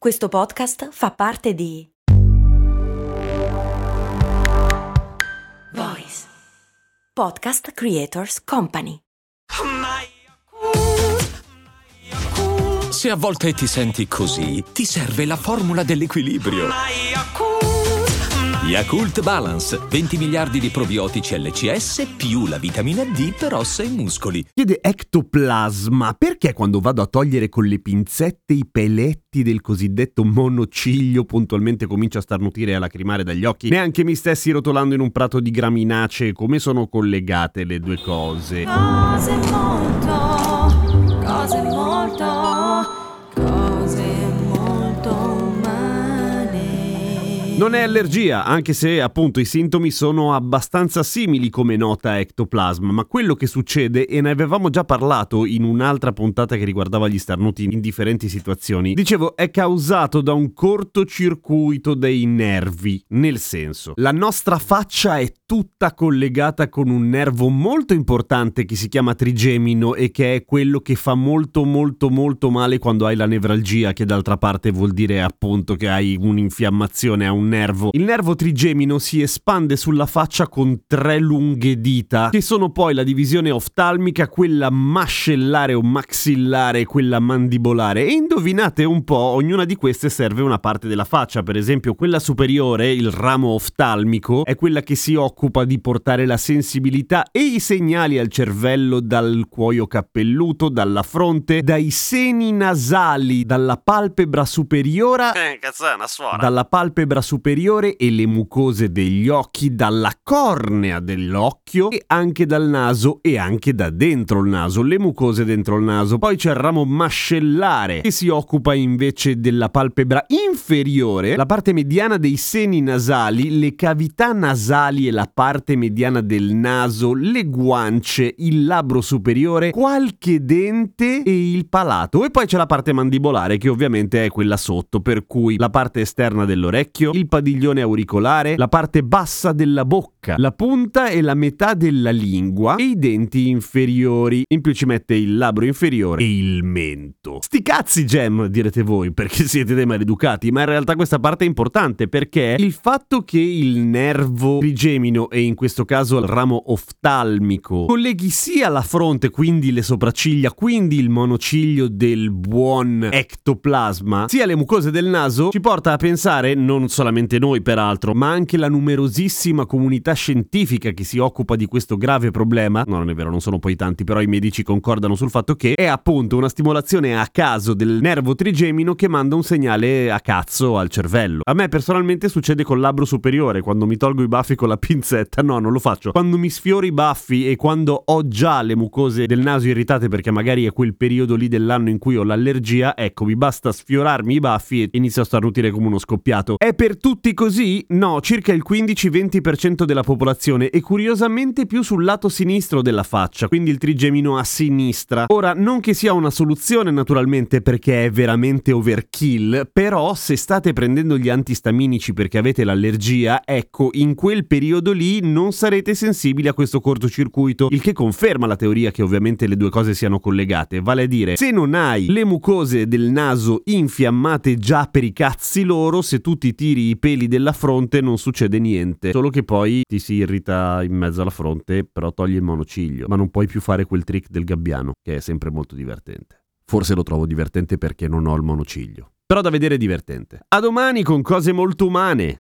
Questo podcast fa parte di Voice Podcast Creators Company. Se a volte ti senti così, ti serve la formula dell'equilibrio. Yakult Balance, 20 miliardi di probiotici LCS più la vitamina D per ossa e muscoli. Chiede Ectoplasma: perché quando vado a togliere con le pinzette i peletti del cosiddetto monociglio puntualmente comincio a starnutire e a lacrimare dagli occhi? Neanche mi stessi rotolando in un prato di graminacee. Come sono collegate le due cose? Cose molto umane. Non è allergia, anche se appunto i sintomi sono abbastanza simili, come nota Ectoplasma, ma quello che succede, e ne avevamo già parlato in un'altra puntata che riguardava gli starnuti in differenti situazioni, dicevo, è causato da un cortocircuito dei nervi, nel senso, la nostra faccia è tutta collegata con un nervo molto importante che si chiama trigemino e che è quello che fa molto male quando hai la nevralgia, che d'altra parte vuol dire appunto che hai un'infiammazione a un nervo. Il nervo trigemino si espande sulla faccia con 3 lunghe dita, che sono poi la divisione oftalmica, quella mascellare o maxillare e quella mandibolare, e indovinate un po', ognuna di queste serve una parte della faccia. Per esempio quella superiore, il ramo oftalmico, è quella che si occupa di portare la sensibilità e i segnali al cervello dal cuoio capelluto, dalla fronte, dai seni nasali, dalla palpebra superiore, dalla palpebra superiore e le mucose degli occhi, dalla cornea dell'occhio e anche dal naso e anche da dentro il naso, le mucose dentro il naso. Poi c'è il ramo mascellare che si occupa invece della palpebra inferiore, la parte mediana dei seni nasali, le cavità nasali e la parte mediana del naso, le guance, il labbro superiore, qualche dente e il palato. E poi c'è la parte mandibolare, che ovviamente è quella sotto, per cui la parte esterna dell'orecchio, il padiglione auricolare, la parte bassa della bocca, la punta e la metà della lingua e i denti inferiori. In più ci mette il labbro inferiore e il mento. Sti cazzi, Gem, direte voi, perché siete dei maleducati, ma in realtà questa parte è importante, perché il fatto che il nervo trigemino, e in questo caso il ramo oftalmico, colleghi sia la fronte, quindi le sopracciglia, quindi il monociglio del buon Ectoplasma, sia le mucose del naso, ci porta a pensare, non solamente noi peraltro, ma anche la numerosissima comunità scientifica che si occupa di questo grave problema, no, non è vero, non sono poi tanti, però i medici concordano sul fatto che è appunto una stimolazione a caso del nervo trigemino che manda un segnale a cazzo al cervello. A me personalmente succede col labbro superiore, quando mi tolgo i baffi con la pinzetta. No, non lo faccio. Quando mi sfioro i baffi e quando ho già le mucose del naso irritate, perché magari è quel periodo lì dell'anno in cui ho l'allergia, ecco, mi basta sfiorarmi i baffi e inizio a starnutire come uno scoppiato. È per tutti così? No, circa il 15-20% della popolazione, e curiosamente più sul lato sinistro della faccia, quindi il trigemino a sinistra. Ora, non che sia una soluzione naturalmente, perché è veramente overkill, però se state prendendo gli antistaminici perché avete l'allergia, ecco, in quel periodo lì non sarete sensibili a questo cortocircuito, il che conferma la teoria che ovviamente le due cose siano collegate, vale a dire, se non hai le mucose del naso infiammate già per i cazzi loro, se tu ti tiri i peli della fronte non succede niente, solo che poi ti si irrita in mezzo alla fronte, però togli il monociglio, ma non puoi più fare quel trick del gabbiano, che è sempre molto divertente. Forse lo trovo divertente perché non ho il monociglio, però da vedere è divertente. A domani con cose molto umane.